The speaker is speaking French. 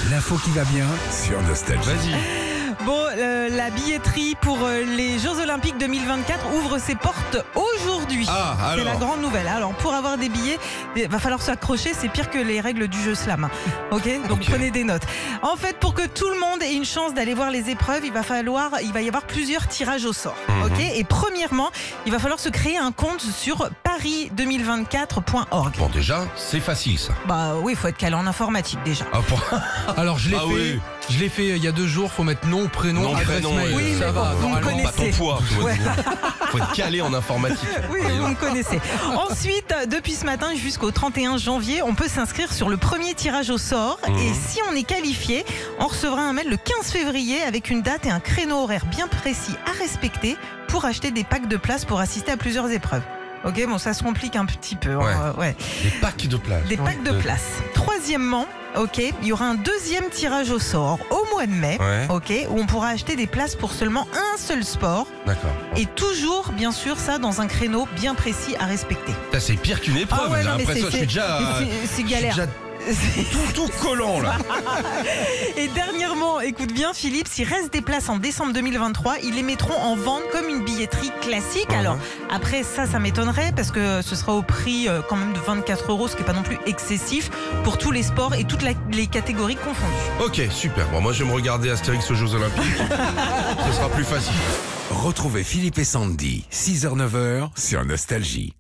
L'info qui va bien. Sur Nostalgie. Vas-y. Bon, la billetterie pour les Jeux Olympiques 2024 ouvre ses portes aujourd'hui. Ah, c'est la alors. grande nouvelle. Alors, pour avoir des billets, il va falloir s'accrocher. C'est pire que les règles du jeu slam. Ok, donc Ok. prenez des notes. En fait, pour que tout le monde ait une chance d'aller voir les épreuves, il va y avoir plusieurs tirages au sort. Ok, et premièrement, il va falloir se créer un compte sur paris2024.org. Bon, déjà, c'est facile ça. Bah oui, il faut être calé en informatique déjà. Ah, pour... Alors je l'ai Ah fait. oui. Je l'ai fait il y a 2 jours. Faut mettre nom, prénom, Nom, adresse prénom, mail. Oui, ça mais va. bon, vous me Normalement. connaissez. Pas ton poids. Ouais. Faut être calé en informatique. Oui, vous me connaissez. Ensuite, depuis ce matin jusqu'au 31 janvier, on peut s'inscrire sur le premier tirage au sort. Et si on est qualifié, on recevra un mail le 15 février avec une date et un créneau horaire bien précis à respecter pour acheter des packs de places pour assister à plusieurs épreuves. Ok, bon, ça se complique un petit peu. Hein, ouais. Des packs de places. Des packs de places. Troisièmement, ok, il y aura un deuxième tirage au sort au mois de mai. Ouais. Ok, où on pourra acheter des places pour seulement un seul sport. D'accord. Et toujours, bien sûr, ça dans un créneau bien précis à respecter. Ça, c'est pire qu'une épreuve. Ah ouais, J'ai non, mais l'impression que je suis déjà. c'est galère. Je suis déjà tout collant là. Et dernièrement, écoute bien Philippe, s'il reste des places en décembre 2023, ils les mettront en vente comme une billetterie classique. Alors après ça m'étonnerait parce que ce sera au prix quand même de 24 €, ce qui n'est pas non plus excessif pour tous les sports et toutes les catégories confondues. Ok, super. Bon, moi je vais me regarder Astérix aux Jeux Olympiques. Ce sera plus facile. Retrouvez Philippe et Sandy, 6h-9h sur Nostalgie.